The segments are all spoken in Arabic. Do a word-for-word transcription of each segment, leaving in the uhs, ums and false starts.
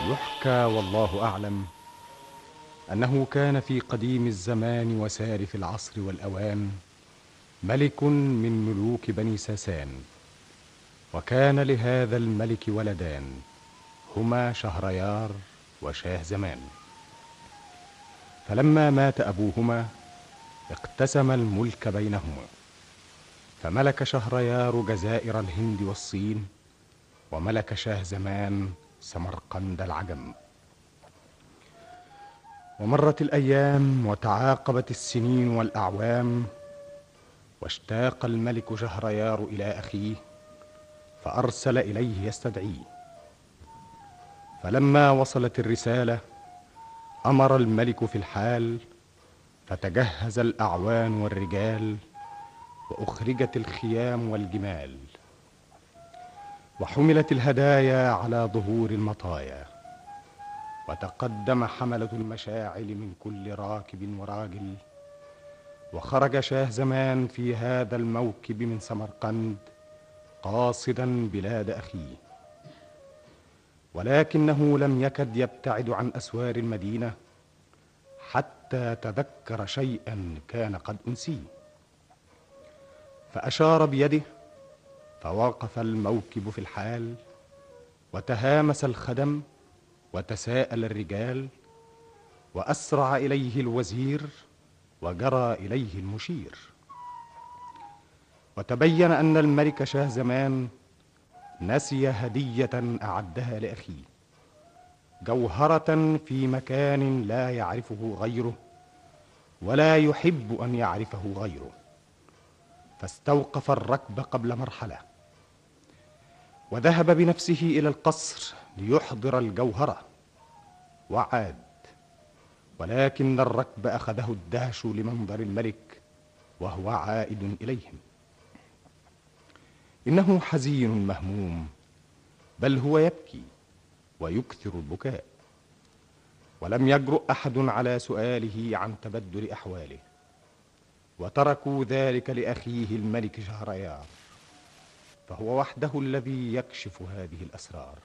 يحكى والله أعلم أنه كان في قديم الزمان وسارف العصر والأوان ملك من ملوك بني ساسان، وكان لهذا الملك ولدان هما شهريار وشاه زمان. فلما مات أبوهما اقتسم الملك بينهما، فملك شهريار جزائر الهند والصين، وملك شاه زمان سمرقند العجم. ومرت الأيام وتعاقبت السنين والأعوام، واشتاق الملك شهريار إلى أخيه فأرسل إليه يستدعيه. فلما وصلت الرسالة أمر الملك في الحال، فتجهز الأعوان والرجال، وأخرجت الخيام والجمال، وحملت الهدايا على ظهور المطايا، وتقدم حملة المشاعل من كل راكب وراجل. وخرج شاه زمان في هذا الموكب من سمرقند قاصدا بلاد أخيه، ولكنه لم يكد يبتعد عن أسوار المدينة حتى تذكر شيئا كان قد أنسيه، فأشار بيده فوقف الموكب في الحال، وتهامس الخدم وتساءل الرجال، وأسرع إليه الوزير وجرى إليه المشير. وتبين أن الملك شاه زمان نسي هدية أعدها لأخيه، جوهرة في مكان لا يعرفه غيره ولا يحب أن يعرفه غيره، فاستوقف الركب قبل مرحلة، وذهب بنفسه إلى القصر ليحضر الجوهرة، وعاد، ولكن الركب أخذه الدهش لمنظر الملك وهو عائد إليهم. إنه حزين مهموم، بل هو يبكي ويكثر البكاء، ولم يجرؤ أحد على سؤاله عن تبدل أحواله، وتركوا ذلك لأخيه الملك شهريار، فهو وحده الذي يكشف هذه الأسرار.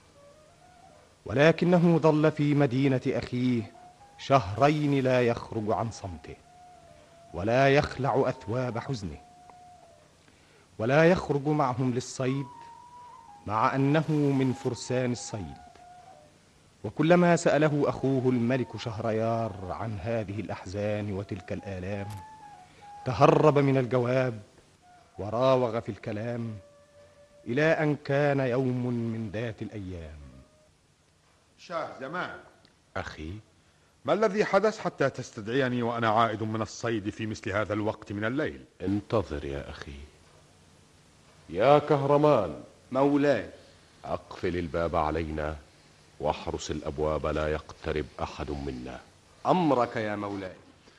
ولكنه ظل في مدينة أخيه شهرين لا يخرج عن صمته، ولا يخلع أثواب حزنه، ولا يخرج معهم للصيد مع أنه من فرسان الصيد. وكلما سأله أخوه الملك شهريار عن هذه الأحزان وتلك الآلام تهرب من الجواب وراوغ في الكلام، إلى أن كان يوم من ذات الأيام. شاه زمان، أخي، ما الذي حدث حتى تستدعيني وأنا عائد من الصيد في مثل هذا الوقت من الليل؟ انتظر يا أخي. يا كهرمان مولاي. أقفل الباب علينا واحرس الأبواب، لا يقترب أحد منا. أمرك يا مولاي.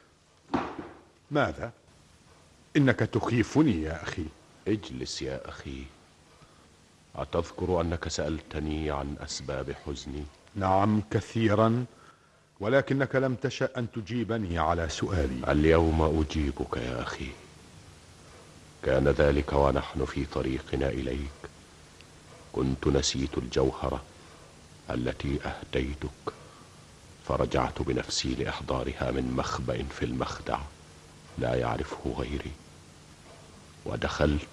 ماذا؟ إنك تخيفني يا أخي. اجلس يا أخي. أتذكر أنك سألتني عن أسباب حزني؟ نعم كثيرا، ولكنك لم تشأ أن تجيبني على سؤالي. اليوم أجيبك يا أخي. كان ذلك ونحن في طريقنا إليك، كنت نسيت الجوهرة التي أهديتك، فرجعت بنفسي لإحضارها من مخبأ في المخدع لا يعرفه غيري، ودخلت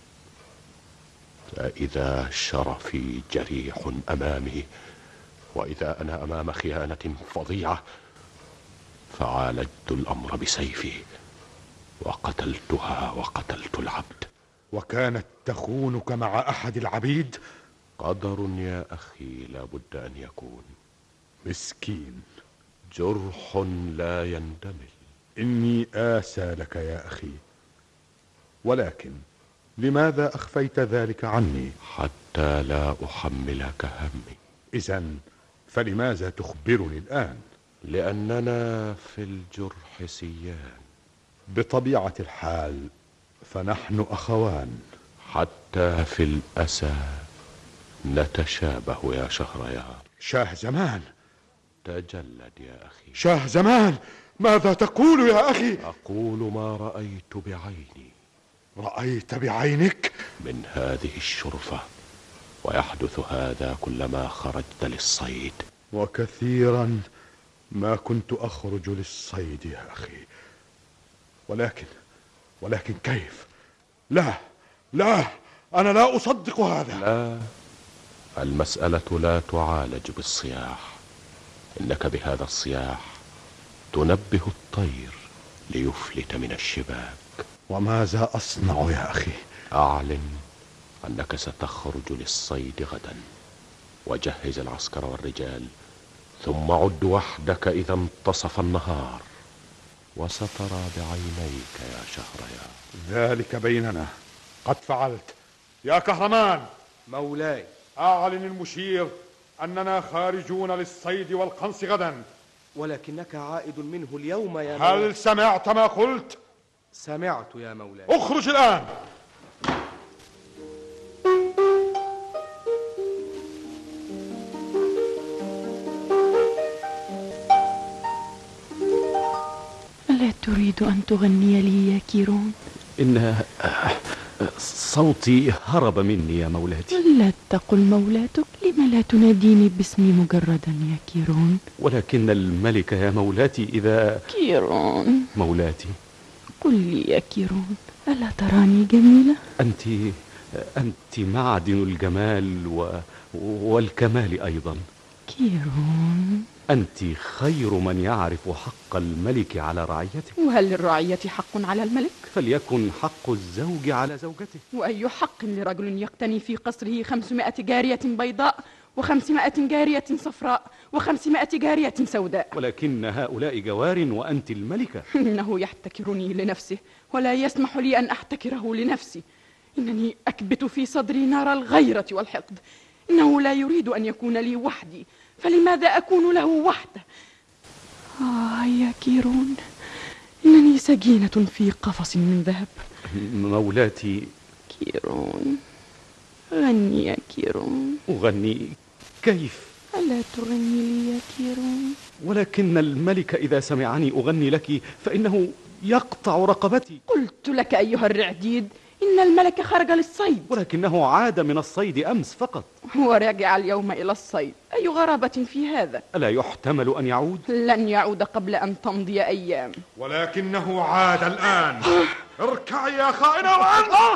فإذا شرفي جريح أمامي، وإذا أنا أمام خيانة فظيعة، فعالجت الأمر بسيفي وقتلتها وقتلت العبد. وكانت تخونك مع أحد العبيد؟ قدر يا أخي، لا بد أن يكون. مسكين، جرح لا يندمل. إني آسى لك يا أخي، ولكن لماذا أخفيت ذلك عني؟ حتى لا أحملك همي. إذن فلماذا تخبرني الآن؟ لأننا في الجرح سيان. بطبيعة الحال فنحن أخوان. حتى في الأسى نتشابه يا شهريار. شاه زمان، تجلد يا أخي. شاه زمان، ماذا تقول يا أخي؟ أقول ما رأيت بعيني. رأيت بعينك؟ من هذه الشرفة ويحدث هذا كلما خرجت للصيد. وكثيرا ما كنت أخرج للصيد يا أخي، ولكن ولكن كيف؟ لا لا، أنا لا أصدق هذا. لا، المسألة لا تعالج بالصياح، إنك بهذا الصياح تنبه الطير ليفلت من الشباك. وماذا أصنع يا أخي؟ أعلن أنك ستخرج للصيد غدا، وجهز العسكر والرجال، ثم عد وحدك إذا انتصف النهار، وسترى بعينيك يا شهريار. ذلك بيننا. قد فعلت يا كهرمان. مولاي. أعلن المشير أننا خارجون للصيد والقنص غدا. ولكنك عائد منه اليوم يا مولاي. هل سمعت ما قلت؟ سمعت يا مولاي. اخرج الآن. ألا تريد أن تغني لي يا كيرون؟ إن صوتي هرب مني يا مولاتي. لا تقل مولاتك، لم لا تناديني باسمي مجردا يا كيرون؟ ولكن الملك يا مولاتي إذا... كيرون مولاتي، قل لي يا كيرون، ألا تراني جميلة؟ أنت أنت معدن الجمال و... والكمال أيضا. كيرون، أنت خير من يعرف حق الملك على رعيته. وهل للرعية حق على الملك؟ فليكن حق الزوج على زوجته. وأي حق لرجل يقتني في قصره خمسمائة جارية بيضاء وخمسمائة جارية صفراء وخمسمائة جارية سوداء؟ ولكن هؤلاء جوار وأنت الملكة. إنه يحتكرني لنفسه ولا يسمح لي أن أحتكره لنفسي. إنني أكبت في صدري نار الغيرة والحقد. إنه لا يريد أن يكون لي وحدي، فلماذا أكون له وحده؟ آه يا كيرون، إنني سجينة في قفص من ذهب. مولاتي. كيرون، غني يا كيرون. أغني؟ كيف؟ ألا تغني لي يا كيرون؟ ولكن الملك إذا سمعني أغني لك فإنه يقطع رقبتي. قلت لك أيها الرعديد إن الملك خرج للصيد، ولكنه عاد من الصيد أمس فقط، ورجع اليوم إلى الصيد. أي غرابة في هذا؟ ألا يحتمل أن يعود؟ لن يعود قبل أن تمضي أيام. ولكنه عاد الآن. اركعي يا خائنة وأنت.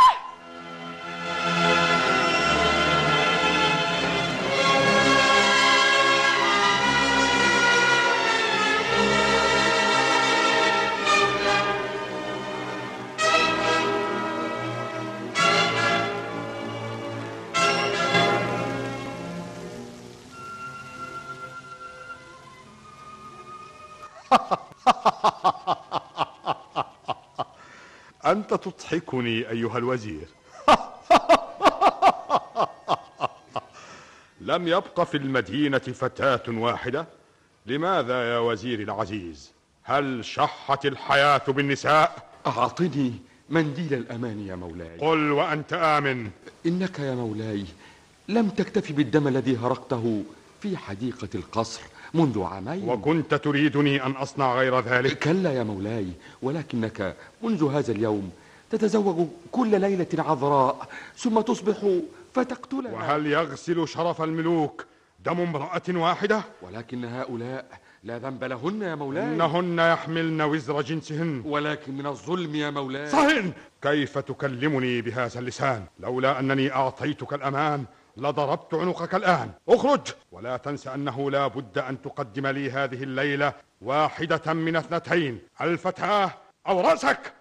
أنت تضحكني أيها الوزير. لم يبق في المدينة فتاة واحدة؟ لماذا يا وزيري العزيز؟ هل شحت الحياة بالنساء؟ أعطني منديل الأمان يا مولاي. قل وأنت آمن. إنك يا مولاي لم تكتف بالدم الذي هرقته في حديقة القصر منذ عامين. وكنت تريدني أن أصنع غير ذلك؟ كلا يا مولاي، ولكنك منذ هذا اليوم تتزوج كل ليلة عذراء ثم تصبح فتقتلها. وهل يغسل شرف الملوك دم امرأة واحدة؟ ولكن هؤلاء لا ذنب لهن يا مولاي. إنهن يحملن وزر جنسهن. ولكن من الظلم يا مولاي. صهن! كيف تكلمني بهذا اللسان؟ لولا أنني أعطيتك الأمان لضربت عنقك الآن. اخرج، ولا تنسى أنه لا بد أن تقدم لي هذه الليلة واحدة من اثنتين، الفتاة أو رأسك.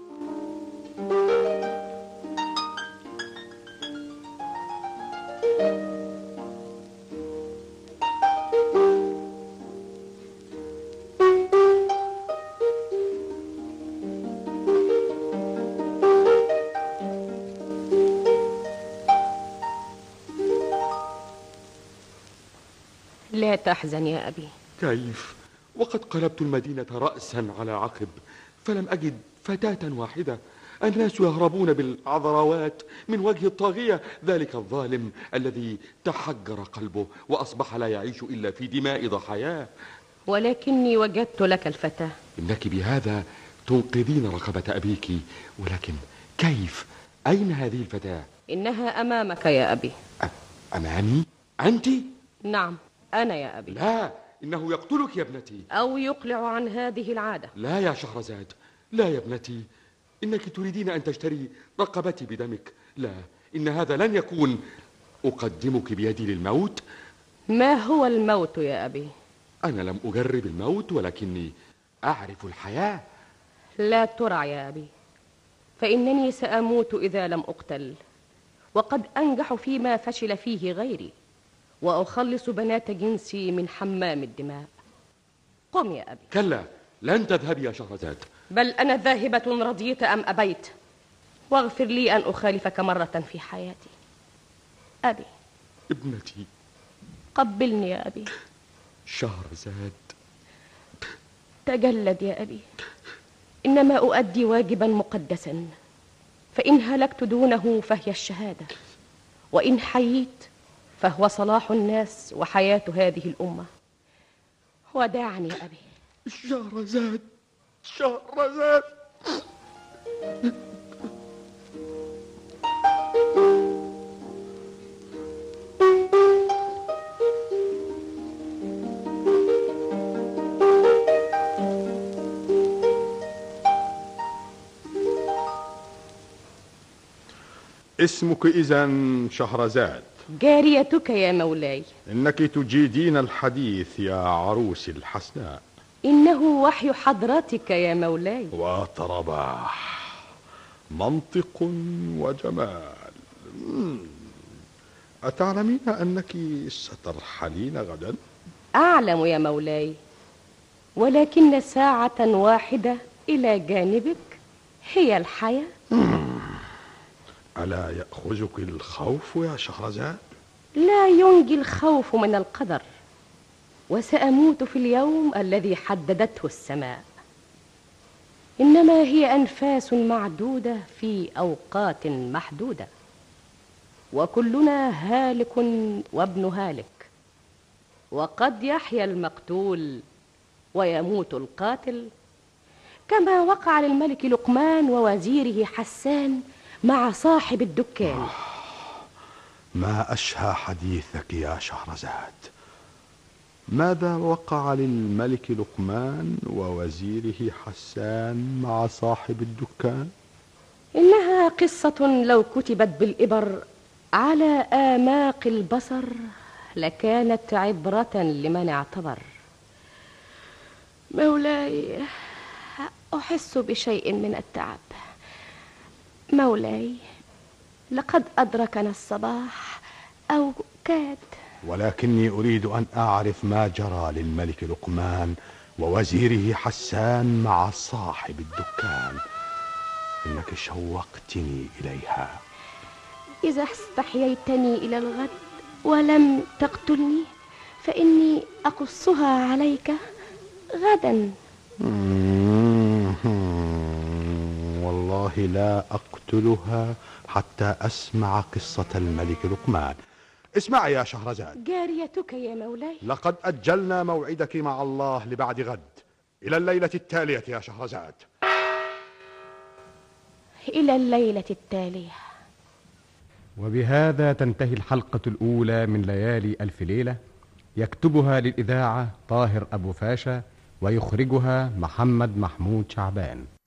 لا تحزن يا أبي. كيف؟ وقد قلبت المدينة رأسا على عقب فلم أجد فتاة واحدة. الناس يهربون بالعذراوات من وجه الطاغية، ذلك الظالم الذي تحجر قلبه وأصبح لا يعيش إلا في دماء ضحاياه. ولكني وجدت لك الفتاة. إنك بهذا تنقذين رقبة أبيك، ولكن كيف؟ أين هذه الفتاة؟ إنها أمامك يا أبي. أمامي؟ أنت؟ نعم، أنا يا أبي. لا، إنه يقتلك يا ابنتي. أو يقلع عن هذه العادة. لا يا شهرزاد، لا يا ابنتي، إنك تريدين أن تشتري رقبتي بدمك. لا، إن هذا لن يكون. أقدمك بيدي للموت. ما هو الموت يا أبي؟ أنا لم أجرب الموت، ولكني أعرف الحياة. لا ترع يا أبي، فإنني سأموت إذا لم أقتل، وقد أنجح فيما فشل فيه غيري، وأخلص بنات جنسي من حمام الدماء. قم يا أبي. كلا، لن تذهبي يا شهرزاد. بل أنا ذاهبة رضيت أم أبيت، واغفر لي أن أخالفك مرة في حياتي. أبي. ابنتي. قبلني يا أبي. شهرزاد. تجلد يا أبي، إنما أؤدي واجبا مقدسا، فإن هلكت دونه فهي الشهادة، وإن حييت فهو صلاح الناس وحياة هذه الأمة. وداعني يا أبي. شهرزاد، شهرزاد. اسمك إذن شهرزاد؟ جاريتك يا مولاي. إنك تجيدين الحديث يا عروس الحسناء. إنه وحي حضرتك يا مولاي. وترباح، منطق وجمال. أتعلمين أنك سترحلين غدا؟ أعلم يا مولاي، ولكن ساعة واحدة إلى جانبك هي الحياة. ألا يأخذك الخوف يا شهرزاد؟ لا ينجي الخوف من القدر، وسأموت في اليوم الذي حددته السماء. إنما هي أنفاس معدودة في أوقات محدودة، وكلنا هالك وابن هالك، وقد يحيا المقتول ويموت القاتل، كما وقع للملك لقمان ووزيره حسان مع صاحب الدكان. ما أشهى حديثك يا شهرزاد. ماذا وقع للملك لقمان ووزيره حسان مع صاحب الدكان؟ إنها قصة لو كتبت بالإبر على آماق البصر لكانت عبرة لمن اعتبر. مولاي، أحس بشيء من التعب. مولاي، لقد أدركنا الصباح أو كاد. ولكني أريد أن أعرف ما جرى للملك لقمان ووزيره حسان مع صاحب الدكان. إنك شوقتني إليها. إذا استحييتني إلى الغد ولم تقتلني فإني أقصها عليك غدا. والله لا أقتلها حتى أسمع قصة الملك لقمان. اسمعي يا شهرزاد. جاريتك يا مولاي. لقد أجلنا موعدك مع الله لبعد غد، إلى الليلة التالية يا شهرزاد. إلى الليلة التالية. وبهذا تنتهي الحلقة الأولى من ليالي ألف ليلة، يكتبها للإذاعة طاهر أبو فاشا، ويخرجها محمد محمود شعبان.